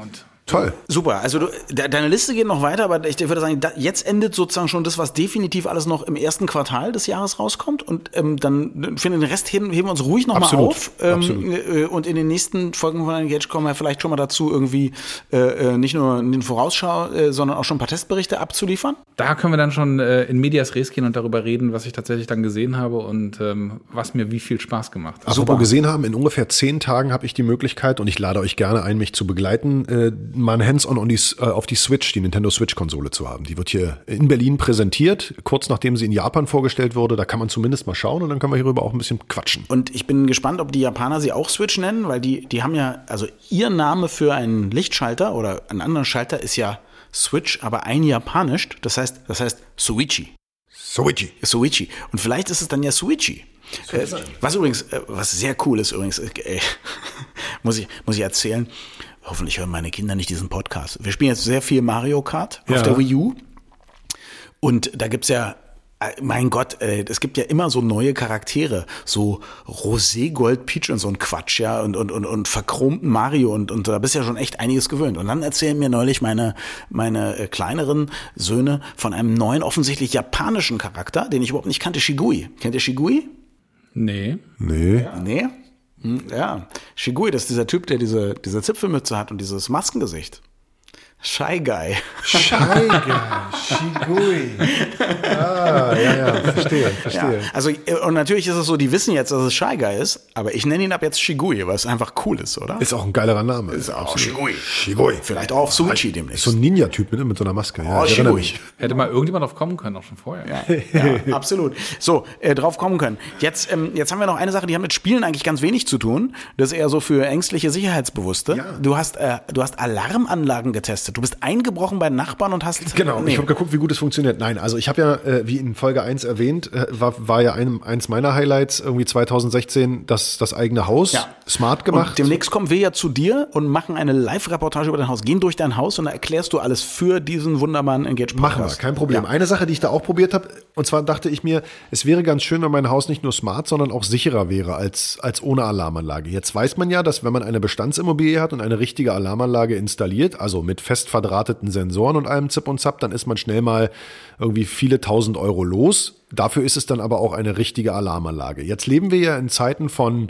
Toll. Super, also deine Liste geht noch weiter, aber ich würde sagen, jetzt endet sozusagen schon das, was definitiv alles noch im ersten Quartal des Jahres rauskommt und dann für den Rest heben wir uns ruhig nochmal auf. Absolut. Und in den nächsten Folgen von Engage kommen wir vielleicht schon mal dazu, irgendwie nicht nur in den Vorausschau, sondern auch schon ein paar Testberichte abzuliefern. Da können wir dann schon in Medias Res gehen und darüber reden, was ich tatsächlich dann gesehen habe und was mir wie viel Spaß gemacht hat. Apropos gesehen haben, in ungefähr 10 Tagen habe ich die Möglichkeit, und ich lade euch gerne ein, mich zu begleiten, mal ein Hands-on auf die Switch, die Nintendo Switch-Konsole zu haben. Die wird hier in Berlin präsentiert, kurz nachdem sie in Japan vorgestellt wurde. Da kann man zumindest mal schauen und dann können wir hierüber auch ein bisschen quatschen. Und ich bin gespannt, ob die Japaner sie auch Switch nennen, weil die haben ja, also ihr Name für einen Lichtschalter oder einen anderen Schalter ist ja Switch, aber ein japanisch. Das heißt Suichi. Suichi. Und vielleicht ist es dann ja Suichi. Was sehr cool ist übrigens, muss ich erzählen. Hoffentlich hören meine Kinder nicht diesen Podcast. Wir spielen jetzt sehr viel Mario Kart auf der Wii U. Und da gibt's ja, mein Gott, es gibt ja immer so neue Charaktere, so Rosé, Gold, Peach und so ein Quatsch, ja, und verchromten Mario und da bist du ja schon echt einiges gewöhnt. Und dann erzählen mir neulich meine kleineren Söhne von einem neuen, offensichtlich japanischen Charakter, den ich überhaupt nicht kannte, Shigui. Kennt ihr Shigui? Nee. Nee? Ja, Shigui, das ist dieser Typ, der diese Zipfelmütze hat und dieses Maskengesicht. Shy Guy. Shigui. Ja, verstehe. Ja, also, und natürlich ist es so, die wissen jetzt, dass es Shy Guy ist, aber ich nenne ihn ab jetzt Shigui, weil es einfach cool ist, oder? Ist auch ein geilerer Name. Ist auch Shigui. Vielleicht auch auf Suichi demnächst. So ein Ninja-Typ mit so einer Maske. Ja, Shigui. Hätte mal irgendjemand drauf kommen können, auch schon vorher. Ja, absolut. So, drauf kommen können. Jetzt haben wir noch eine Sache, die hat mit Spielen eigentlich ganz wenig zu tun. Das ist eher so für ängstliche Sicherheitsbewusste. Ja. Du hast Alarmanlagen getestet. Du bist eingebrochen bei Nachbarn und hast... Genau, ich habe geguckt, wie gut es funktioniert. Nein, also ich habe ja, wie in Folge 1 erwähnt, war ja eins meiner Highlights irgendwie 2016 das eigene Haus smart gemacht. Und demnächst kommen wir ja zu dir und machen eine Live-Reportage über dein Haus. Gehen durch dein Haus und da erklärst du alles für diesen wunderbaren Engage-Podcast. Machen wir, kein Problem. Ja. Eine Sache, die ich da auch probiert habe, und zwar dachte ich mir, es wäre ganz schön, wenn mein Haus nicht nur smart, sondern auch sicherer wäre als ohne Alarmanlage. Jetzt weiß man ja, dass wenn man eine Bestandsimmobilie hat und eine richtige Alarmanlage installiert, also mit fest verdrahteten Sensoren und allem Zip und Zap, dann ist man schnell mal irgendwie viele 1.000 Euro los. Dafür ist es dann aber auch eine richtige Alarmanlage. Jetzt leben wir ja in Zeiten von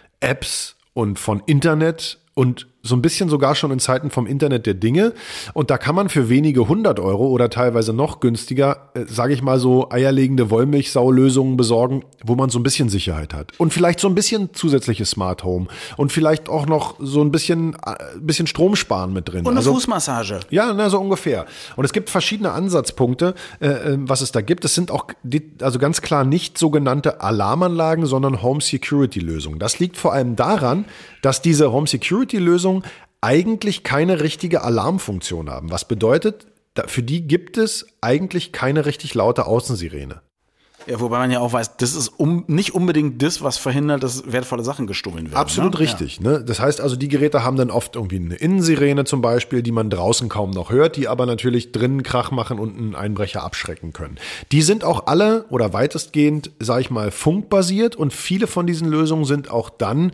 Apps und von Internet und so ein bisschen sogar schon in Zeiten vom Internet der Dinge. Und da kann man für wenige 100 Euro oder teilweise noch günstiger, sage ich mal so, eierlegende Wollmilchsau-Lösungen besorgen, wo man so ein bisschen Sicherheit hat. Und vielleicht so ein bisschen zusätzliches Smart Home. Und vielleicht auch noch so ein bisschen Strom sparen mit drin. Und eine Fußmassage. Ja, so ungefähr. Und es gibt verschiedene Ansatzpunkte, was es da gibt. Es sind auch also ganz klar nicht sogenannte Alarmanlagen, sondern Home-Security-Lösungen. Das liegt vor allem daran, dass diese Home-Security-Lösungen eigentlich keine richtige Alarmfunktion haben. Was bedeutet, für die gibt es eigentlich keine richtig laute Außensirene. Ja, wobei man ja auch weiß, das ist nicht unbedingt das, was verhindert, dass wertvolle Sachen gestohlen werden. Absolut richtig. Ja. Ne? Das heißt also, die Geräte haben dann oft irgendwie eine Innensirene zum Beispiel, die man draußen kaum noch hört, die aber natürlich drinnen Krach machen und einen Einbrecher abschrecken können. Die sind auch alle oder weitestgehend, sage ich mal, funkbasiert und viele von diesen Lösungen sind auch dann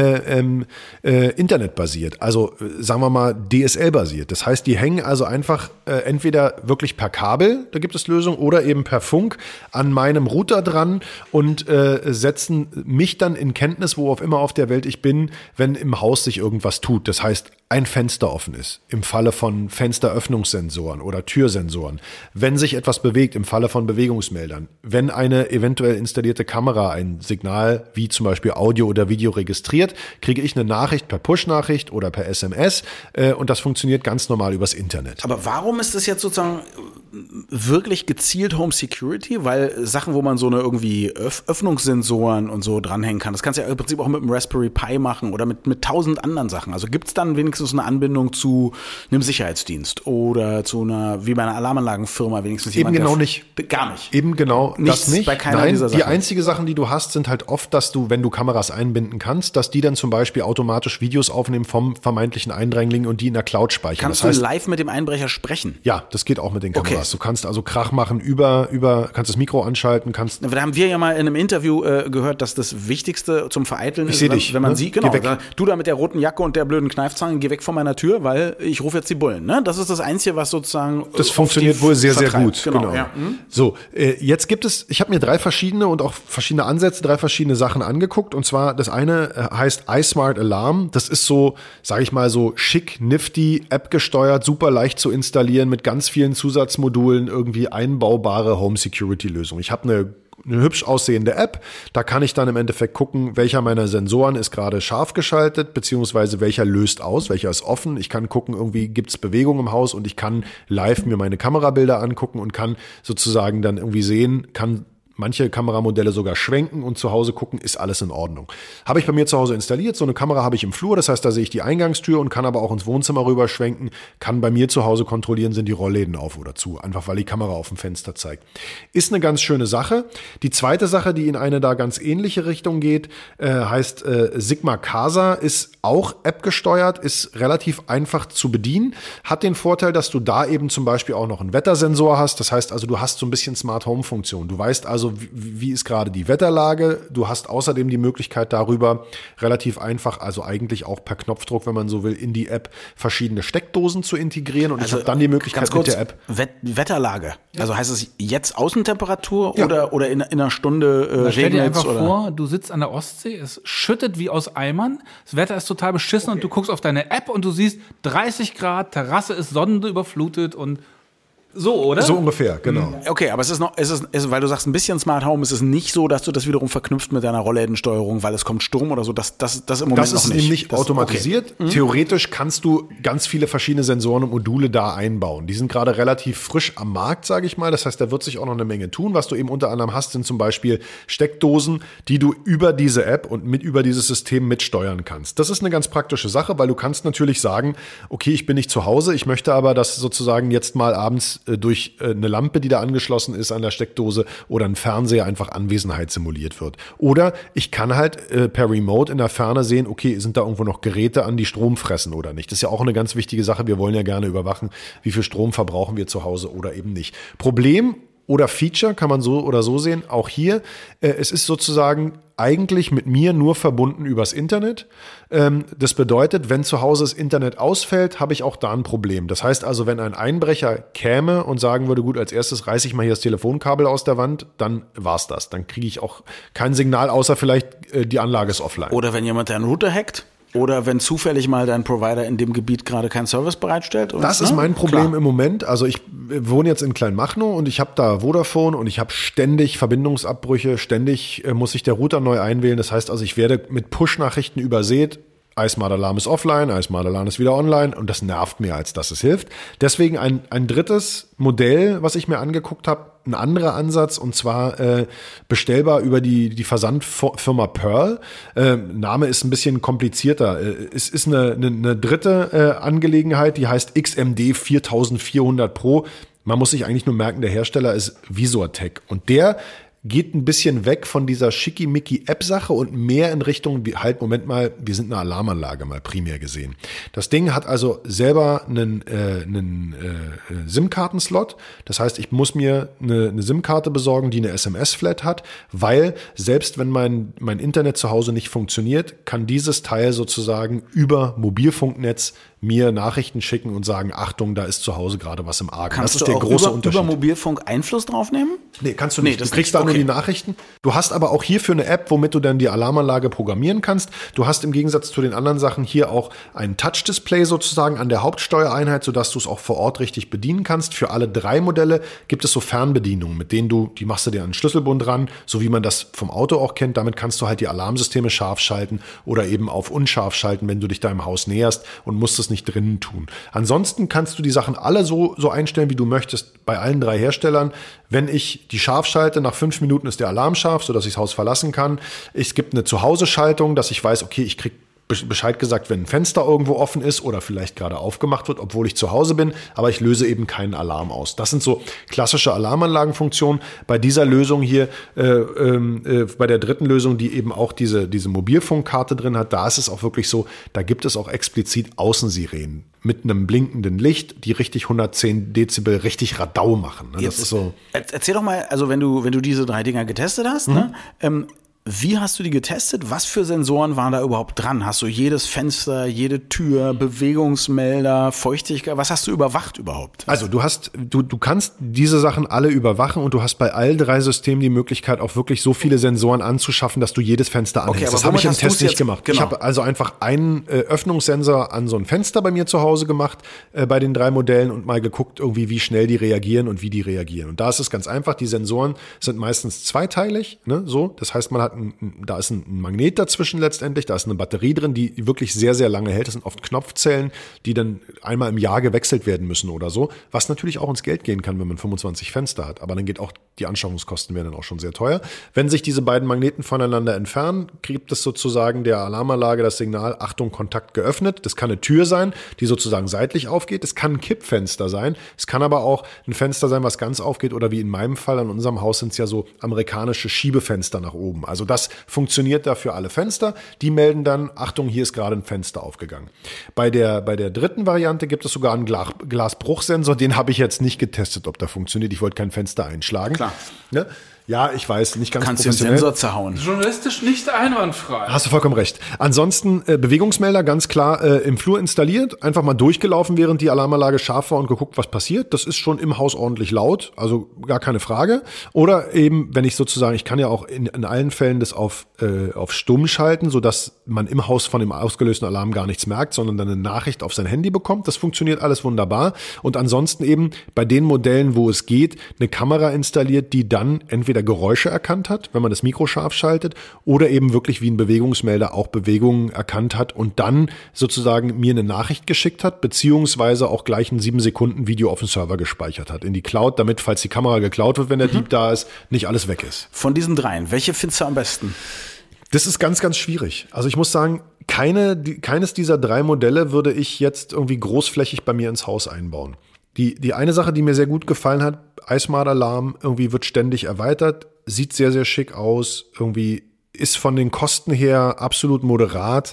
internetbasiert, also sagen wir mal DSL-basiert. Das heißt, die hängen also einfach entweder wirklich per Kabel, da gibt es Lösungen, oder eben per Funk an meinem Router dran und setzen mich dann in Kenntnis, wo auch immer auf der Welt ich bin, wenn im Haus sich irgendwas tut. Das heißt, ein Fenster offen ist, im Falle von Fensteröffnungssensoren oder Türsensoren, wenn sich etwas bewegt, im Falle von Bewegungsmeldern, wenn eine eventuell installierte Kamera ein Signal wie zum Beispiel Audio oder Video registriert, kriege ich eine Nachricht per Push-Nachricht oder per SMS und das funktioniert ganz normal übers Internet. Aber warum ist das jetzt sozusagen wirklich gezielt Home Security? Weil Sachen, wo man so eine irgendwie Öffnungssensoren und so dranhängen kann, das kannst du ja im Prinzip auch mit einem Raspberry Pi machen oder mit 1000 anderen Sachen. Also gibt es dann wenigstens eine Anbindung zu einem Sicherheitsdienst oder zu einer, wie bei einer Alarmanlagenfirma wenigstens jemand? Eben genau nicht. Gar nicht. Eben genau Nichts das nicht. Bei keiner dieser Sachen. Die einzige Sachen, die du hast, sind halt oft, dass du, wenn du Kameras einbinden kannst, dass die dann zum Beispiel automatisch Videos aufnehmen vom vermeintlichen Eindringling und die in der Cloud speichern. Kannst du live mit dem Einbrecher sprechen? Ja, das geht auch mit den Kameras. Okay. Du kannst also Krach machen kannst das Mikro anschalten, kannst. Da haben wir ja mal in einem Interview gehört, dass das Wichtigste zum Vereiteln ist, dich, wenn man ne? sieht, genau, du da mit der roten Jacke und der blöden Kneifzange, geh geh weg von meiner Tür, weil ich rufe jetzt die Bullen. Ne? Das ist das Einzige, was sozusagen das funktioniert wohl sehr, sehr gut. Genau. Ja. So, jetzt gibt es, ich habe mir 3 verschiedene und auch verschiedene Ansätze, 3 verschiedene Sachen angeguckt. Und zwar, das eine heißt iSmart Alarm. Das ist so, sage ich mal, so schick, nifty, App gesteuert, super leicht zu installieren, mit ganz vielen Zusatzmodulen, irgendwie einbaubare Home-Security-Lösung. Ich habe eine hübsch aussehende App, da kann ich dann im Endeffekt gucken, welcher meiner Sensoren ist gerade scharf geschaltet, beziehungsweise welcher löst aus, welcher ist offen. Ich kann gucken, irgendwie gibt es Bewegung im Haus und ich kann live mir meine Kamerabilder angucken und kann sozusagen dann irgendwie sehen, kann manche Kameramodelle sogar schwenken und zu Hause gucken, ist alles in Ordnung. Habe ich bei mir zu Hause installiert, so eine Kamera habe ich im Flur, das heißt, da sehe ich die Eingangstür und kann aber auch ins Wohnzimmer rüber schwenken, kann bei mir zu Hause kontrollieren, sind die Rollläden auf oder zu, einfach weil die Kamera auf dem Fenster zeigt. Ist eine ganz schöne Sache. Die zweite Sache, die in eine da ganz ähnliche Richtung geht, heißt Sigma Casa, ist auch App gesteuert, ist relativ einfach zu bedienen, hat den Vorteil, dass du da eben zum Beispiel auch noch einen Wettersensor hast, das heißt also, du hast so ein bisschen Smart Home Funktion. Du weißt also, wie ist gerade die Wetterlage. Du hast außerdem die Möglichkeit darüber relativ einfach, also eigentlich auch per Knopfdruck, wenn man so will, in die App verschiedene Steckdosen zu integrieren. Und also, ich habe dann die Möglichkeit kurz, mit der App. Wetterlage. Ja. Also heißt es jetzt Außentemperatur oder in einer Stunde regnet es? Stell dir einfach vor, du sitzt an der Ostsee, es schüttet wie aus Eimern, das Wetter ist total beschissen und du guckst auf deine App und du siehst 30 Grad, Terrasse ist sonnenüberflutet und so, oder? So ungefähr, genau. Okay, aber es ist, weil du sagst, ein bisschen Smart Home, ist es nicht so, dass du das wiederum verknüpft mit deiner Rolllädensteuerung, weil es kommt Sturm oder so, das im Moment noch nicht. Das ist eben nicht automatisiert. Okay. Theoretisch kannst du ganz viele verschiedene Sensoren und Module da einbauen. Die sind gerade relativ frisch am Markt, sage ich mal. Das heißt, da wird sich auch noch eine Menge tun. Was du eben unter anderem hast, sind zum Beispiel Steckdosen, die du über diese App und über dieses System mitsteuern kannst. Das ist eine ganz praktische Sache, weil du kannst natürlich sagen, okay, ich bin nicht zu Hause, ich möchte aber, dass sozusagen jetzt mal abends durch eine Lampe, die da angeschlossen ist an der Steckdose oder ein Fernseher einfach Anwesenheit simuliert wird. Oder ich kann halt per Remote in der Ferne sehen, okay, sind da irgendwo noch Geräte an, die Strom fressen oder nicht. Das ist ja auch eine ganz wichtige Sache. Wir wollen ja gerne überwachen, wie viel Strom verbrauchen wir zu Hause oder eben nicht. Problem oder Feature kann man so oder so sehen. Auch hier, es ist sozusagen eigentlich mit mir nur verbunden übers Internet. Das bedeutet, wenn zu Hause das Internet ausfällt, habe ich auch da ein Problem. Das heißt also, wenn ein Einbrecher käme und sagen würde, gut, als erstes reiße ich mal hier das Telefonkabel aus der Wand, dann war's das. Dann kriege ich auch kein Signal, außer vielleicht die Anlage ist offline. Oder wenn jemand deinen Router hackt. Oder wenn zufällig mal dein Provider in dem Gebiet gerade keinen Service bereitstellt. Das ist mein Problem im Moment. Also ich wohne jetzt in Kleinmachnow und ich habe da Vodafone und ich habe ständig Verbindungsabbrüche. Ständig muss sich der Router neu einwählen. Das heißt also, ich werde mit Push-Nachrichten übersät. iSmart Alarm ist offline, iSmart Alarm ist wieder online und das nervt mehr, als dass es hilft. Deswegen ein drittes Modell, was ich mir angeguckt habe, ein anderer Ansatz und zwar bestellbar über die Versandfirma Pearl. Name ist ein bisschen komplizierter. Es ist eine dritte Angelegenheit, die heißt XMD 4400 Pro. Man muss sich eigentlich nur merken, der Hersteller ist VisorTech und der geht ein bisschen weg von dieser Schickimicki-App-Sache und mehr in Richtung, halt, Moment mal, wir sind eine Alarmanlage mal primär gesehen. Das Ding hat also selber einen SIM-Karten-Slot. Das heißt, ich muss mir eine SIM-Karte besorgen, die eine SMS-Flat hat, weil selbst wenn mein Internet zu Hause nicht funktioniert, kann dieses Teil sozusagen über Mobilfunknetz mir Nachrichten schicken und sagen, Achtung, da ist zu Hause gerade was im Argen. Kannst das ist du der auch große Unterschied. Über Mobilfunk Einfluss drauf nehmen? Nee, kannst du nicht. Du kriegst da nur die Nachrichten. Du hast aber auch hierfür eine App, womit du dann die Alarmanlage programmieren kannst. Du hast im Gegensatz zu den anderen Sachen hier auch ein Touch-Display sozusagen an der Hauptsteuereinheit, sodass du es auch vor Ort richtig bedienen kannst. Für alle 3 Modelle gibt es so Fernbedienungen, mit denen die machst du dir an den Schlüsselbund ran, so wie man das vom Auto auch kennt. Damit kannst du halt die Alarmsysteme scharf schalten oder eben auf unscharf schalten, wenn du dich deinem Haus näherst und musst es nicht drinnen tun. Ansonsten kannst du die Sachen alle so einstellen, wie du möchtest, bei allen 3 Herstellern. Wenn ich die scharf schalte, nach 5 Minuten ist der Alarm scharf, sodass ich das Haus verlassen kann. Es gibt eine Zuhause-Schaltung, dass ich weiß, okay, ich kriege Bescheid gesagt, wenn ein Fenster irgendwo offen ist oder vielleicht gerade aufgemacht wird, obwohl ich zu Hause bin, aber ich löse eben keinen Alarm aus. Das sind so klassische Alarmanlagenfunktionen. Bei dieser Lösung hier, bei der dritten Lösung, die eben auch diese Mobilfunkkarte drin hat, da ist es auch wirklich so, da gibt es auch explizit Außensirenen mit einem blinkenden Licht, die richtig 110 Dezibel richtig Radau machen. Ne? Das ist so. Erzähl doch mal, also wenn du diese 3 Dinger getestet hast, ne? Wie hast du die getestet? Was für Sensoren waren da überhaupt dran? Hast du jedes Fenster, jede Tür, Bewegungsmelder, Feuchtigkeit? Was hast du überwacht überhaupt? Also du kannst diese Sachen alle überwachen und du hast bei all 3 Systemen die Möglichkeit, auch wirklich so viele Sensoren anzuschaffen, dass du jedes Fenster anhängst. Okay, das habe ich im Test nicht gemacht. Genau. Ich habe also einfach einen Öffnungssensor an so ein Fenster bei mir zu Hause gemacht, bei den 3 Modellen und mal geguckt, irgendwie wie schnell die reagieren und wie die reagieren. Und da ist es ganz einfach, die Sensoren sind meistens zweiteilig, ne, so. Das heißt, da ist ein Magnet dazwischen letztendlich, da ist eine Batterie drin, die wirklich sehr, sehr lange hält. Das sind oft Knopfzellen, die dann einmal im Jahr gewechselt werden müssen oder so, was natürlich auch ins Geld gehen kann, wenn man 25 Fenster hat. Aber dann geht auch, die Anschaffungskosten werden dann auch schon sehr teuer. Wenn sich diese beiden Magneten voneinander entfernen, gibt es sozusagen der Alarmanlage das Signal, Achtung, Kontakt geöffnet. Das kann eine Tür sein, die sozusagen seitlich aufgeht. Es kann ein Kippfenster sein. Es kann aber auch ein Fenster sein, was ganz aufgeht oder wie in meinem Fall, in unserem Haus sind es ja so amerikanische Schiebefenster nach oben. Also das funktioniert da für alle Fenster. Die melden dann, Achtung, hier ist gerade ein Fenster aufgegangen. Bei der dritten Variante gibt es sogar einen Glasbruchsensor. Den habe ich jetzt nicht getestet, ob der funktioniert. Ich wollte kein Fenster einschlagen. Klar. Ne? Ja, ich weiß, nicht ganz Kannst du den professionell. Sensor zerhauen. Journalistisch nicht einwandfrei. Hast du vollkommen recht. Ansonsten Bewegungsmelder ganz klar im Flur installiert, einfach mal durchgelaufen, während die Alarmanlage scharf war und geguckt, was passiert. Das ist schon im Haus ordentlich laut, also gar keine Frage. Oder eben, wenn ich sozusagen, ich kann ja auch in allen Fällen das auf stumm schalten, sodass man im Haus von dem ausgelösten Alarm gar nichts merkt, sondern dann eine Nachricht auf sein Handy bekommt. Das funktioniert alles wunderbar. Und ansonsten eben bei den Modellen, wo es geht, eine Kamera installiert, die dann entweder Geräusche erkannt hat, wenn man das Mikro scharf schaltet, oder eben wirklich wie ein Bewegungsmelder auch Bewegungen erkannt hat und dann sozusagen mir eine Nachricht geschickt hat, beziehungsweise auch gleich ein 7 Sekunden Video auf den Server gespeichert hat in die Cloud, damit, falls die Kamera geklaut wird, wenn der Dieb da ist, nicht alles weg ist. Von diesen 3, welche findest du am besten? Das ist ganz, ganz schwierig. Also ich muss sagen, keines dieser 3 Modelle würde ich jetzt irgendwie großflächig bei mir ins Haus einbauen. Die eine Sache, die mir sehr gut gefallen hat, iSmart-Alarm, irgendwie wird ständig erweitert, sieht sehr, sehr schick aus, irgendwie ist von den Kosten her absolut moderat.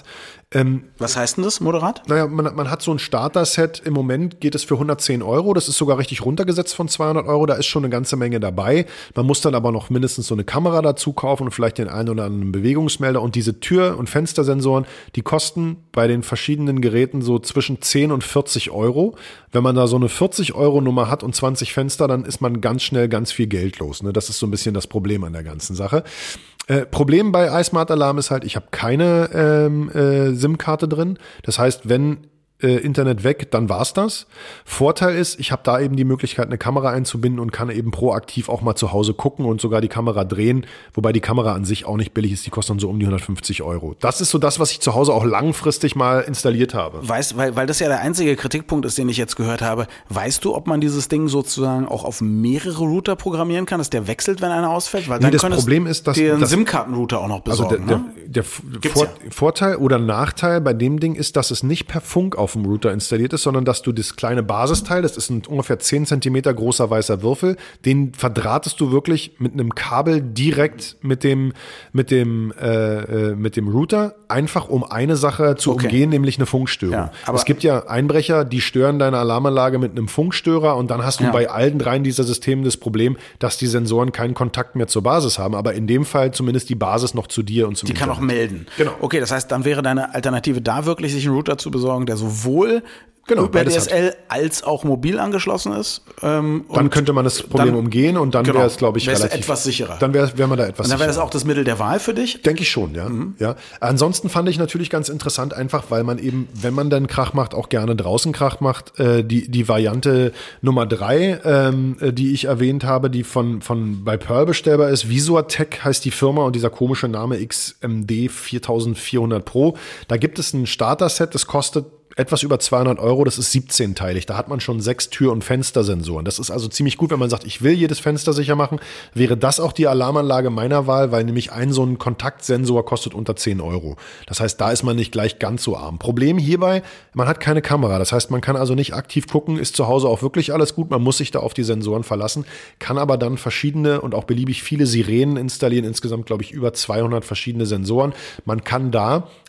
Was heißt denn das, moderat? Naja, man hat so ein Starter-Set, im Moment geht es für 110 €, das ist sogar richtig runtergesetzt von 200 €, da ist schon eine ganze Menge dabei. Man muss dann aber noch mindestens so eine Kamera dazu kaufen und vielleicht den einen oder anderen Bewegungsmelder und diese Tür- und Fenstersensoren, die kosten bei den verschiedenen Geräten so zwischen 10 und 40 €. Wenn man da so eine 40-€ hat und 20 Fenster, dann ist man ganz schnell ganz viel Geld los, ne? Das ist so ein bisschen das Problem an der ganzen Sache. Problem bei iSmart Alarm ist halt, ich habe keine SIM-Karte drin. Das heißt, wenn Internet weg, dann war's das. Vorteil ist, ich habe da eben die Möglichkeit, eine Kamera einzubinden und kann eben proaktiv auch mal zu Hause gucken und sogar die Kamera drehen, wobei die Kamera an sich auch nicht billig ist, die kostet dann so um die 150 €. Das ist so das, was ich zu Hause auch langfristig mal installiert habe. Weil das ja der einzige Kritikpunkt ist, den ich jetzt gehört habe. Weißt du, ob man dieses Ding sozusagen auch auf mehrere Router programmieren kann, dass der wechselt, wenn einer ausfällt? Weil dann das Problem ist, dass den SIM-Karten-Router auch noch besorgen. Also der Vorteil oder Nachteil bei dem Ding ist, dass es nicht per Funk auf dem Router installiert ist, sondern dass du das kleine Basisteil, das ist ein ungefähr 10 Zentimeter großer weißer Würfel, den verdrahtest du wirklich mit einem Kabel direkt mit dem Router, einfach um eine Sache zu umgehen, nämlich eine Funkstörung. Ja, aber es gibt ja Einbrecher, die stören deine Alarmanlage mit einem Funkstörer und dann hast du bei allen 3 dieser Systemen das Problem, dass die Sensoren keinen Kontakt mehr zur Basis haben, aber in dem Fall zumindest die Basis noch zu dir und zum Internet. Die kann auch melden. Genau. Okay, das heißt, dann wäre deine Alternative da wirklich, sich einen Router zu besorgen, der sowohl über DSL als auch mobil angeschlossen ist. Dann könnte man das Problem umgehen und dann wäre es, glaube ich, relativ etwas sicherer. Dann wäre man da etwas sicherer. Und dann wäre das auch das Mittel der Wahl für dich? Denke ich schon, ja. Ja. Ansonsten fand ich natürlich ganz interessant, einfach weil man eben, wenn man dann Krach macht, auch gerne draußen Krach macht. Die Variante Nummer 3, die ich erwähnt habe, die von bei Pearl bestellbar ist. VisorTech heißt die Firma und dieser komische Name XMD 4400 Pro. Da gibt es ein Starter-Set, das kostet etwas über 200 €, das ist 17-teilig. Da hat man schon 6 Tür- und Fenstersensoren. Das ist also ziemlich gut, wenn man sagt, ich will jedes Fenster sicher machen. Wäre das auch die Alarmanlage meiner Wahl, weil nämlich so ein Kontaktsensor kostet unter 10 €. Das heißt, da ist man nicht gleich ganz so arm. Problem hierbei, man hat keine Kamera. Das heißt, man kann also nicht aktiv gucken, ist zu Hause auch wirklich alles gut. Man muss sich da auf die Sensoren verlassen, kann aber dann verschiedene und auch beliebig viele Sirenen installieren. Insgesamt, glaube ich, über 200 verschiedene Sensoren. Man kann da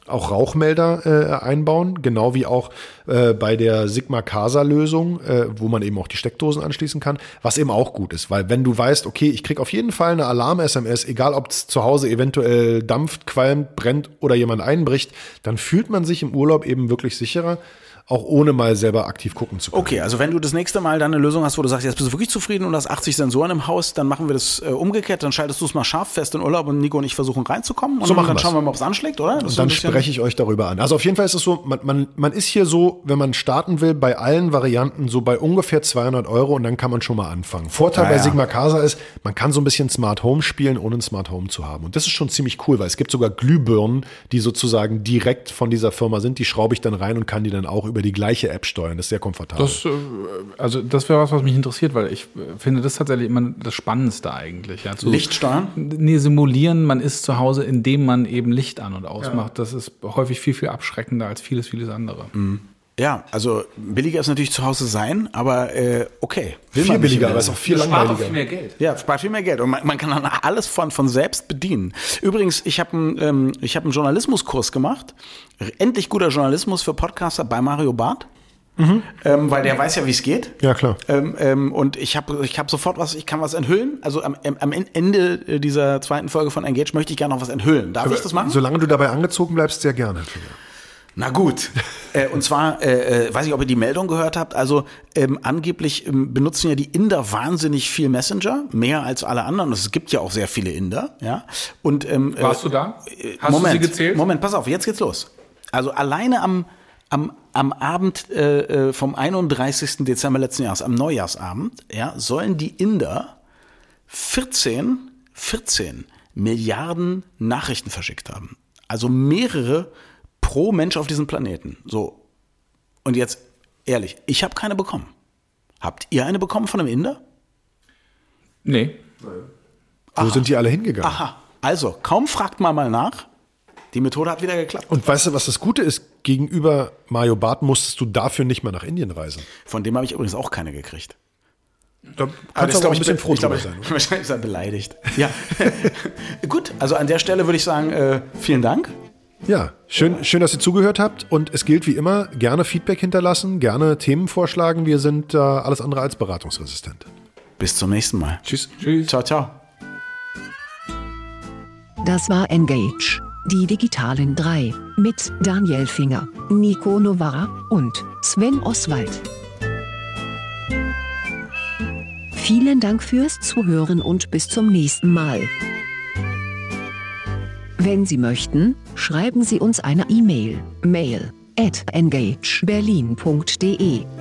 auch Rauchmelder einbauen, genau wie auch bei der Sigma-Casa-Lösung, wo man eben auch die Steckdosen anschließen kann, was eben auch gut ist, weil wenn du weißt, okay, ich krieg auf jeden Fall eine Alarm-SMS, egal ob es zu Hause eventuell dampft, qualmt, brennt oder jemand einbricht, dann fühlt man sich im Urlaub eben wirklich sicherer, auch ohne mal selber aktiv gucken zu können. Okay, also wenn du das nächste Mal dann eine Lösung hast, wo du sagst, jetzt bist du wirklich zufrieden und hast 80 Sensoren im Haus, dann machen wir das umgekehrt, dann schaltest du es mal scharf fest in Urlaub und Nico und ich versuchen reinzukommen und so machen dann wir's. schauen wir mal, ob es anschlägt, oder? Und dann spreche ich euch darüber an. Also auf jeden Fall ist es so, man ist hier so, wenn man starten will, bei allen Varianten so bei ungefähr 200 € und dann kann man schon mal anfangen. Vorteil bei Sigma Casa ist, man kann so ein bisschen Smart Home spielen, ohne ein Smart Home zu haben. Und das ist schon ziemlich cool, weil es gibt sogar Glühbirnen, die sozusagen direkt von dieser Firma sind. Die schraube ich dann rein und kann die dann auch über die gleiche App steuern. Das ist sehr komfortabel. Das wäre was mich interessiert, weil ich finde das tatsächlich immer das Spannendste eigentlich. Ja, Licht steuern? Nee, simulieren, man ist zu Hause, indem man eben Licht an- und ausmacht. Ja. Das ist häufig viel, viel abschreckender als vieles andere. Mhm. Ja, also billiger ist natürlich zu Hause sein, aber okay. Viel billiger, aber es ist auch viel langweiliger. Spart viel mehr Geld. Ja, spart viel mehr Geld und man kann dann alles von selbst bedienen. Übrigens, ich habe einen Journalismuskurs gemacht, endlich guter Journalismus für Podcaster bei Mario Barth. Weil der weiß ja, wie es geht. Ja, klar. Und ich hab sofort ich kann was enthüllen. Also am Ende dieser zweiten Folge von Engage möchte ich gerne noch was enthüllen. Darf ich das machen? Solange du dabei angezogen bleibst, sehr gerne. Na gut. Und zwar, weiß ich, ob ihr die Meldung gehört habt, also angeblich benutzen ja die Inder wahnsinnig viel Messenger, mehr als alle anderen. Es gibt ja auch sehr viele Inder. Ja. Und, warst du da? Hast du sie gezählt? Moment, pass auf, jetzt geht's los. Also alleine am Abend vom 31. Dezember letzten Jahres, am Neujahrsabend, ja, sollen die Inder 14 Milliarden Nachrichten verschickt haben. Also mehrere pro Mensch auf diesem Planeten. So. Und jetzt, ehrlich, ich habe keine bekommen. Habt ihr eine bekommen von einem Inder? Nee. Wo sind die alle hingegangen? Aha. Also, kaum fragt man mal nach. Die Methode hat wieder geklappt. Und weißt du, was das Gute ist? Gegenüber Mario Barth musstest du dafür nicht mal nach Indien reisen. Von dem habe ich übrigens auch keine gekriegt. Da kannst du aber auch ein bisschen froh drüber sein. Wahrscheinlich ist er beleidigt. Ja. Gut, also an der Stelle würde ich sagen, vielen Dank. Ja, schön, dass ihr zugehört habt. Und es gilt wie immer, gerne Feedback hinterlassen, gerne Themen vorschlagen. Wir sind alles andere als beratungsresistent. Bis zum nächsten Mal. Tschüss. Ciao, ciao. Das war Engage, die digitalen 3, mit Daniel Finger, Nico Novara und Sven Oswald. Vielen Dank fürs Zuhören und bis zum nächsten Mal. Wenn Sie möchten, schreiben Sie uns eine E-Mail, mail@engageberlin.de.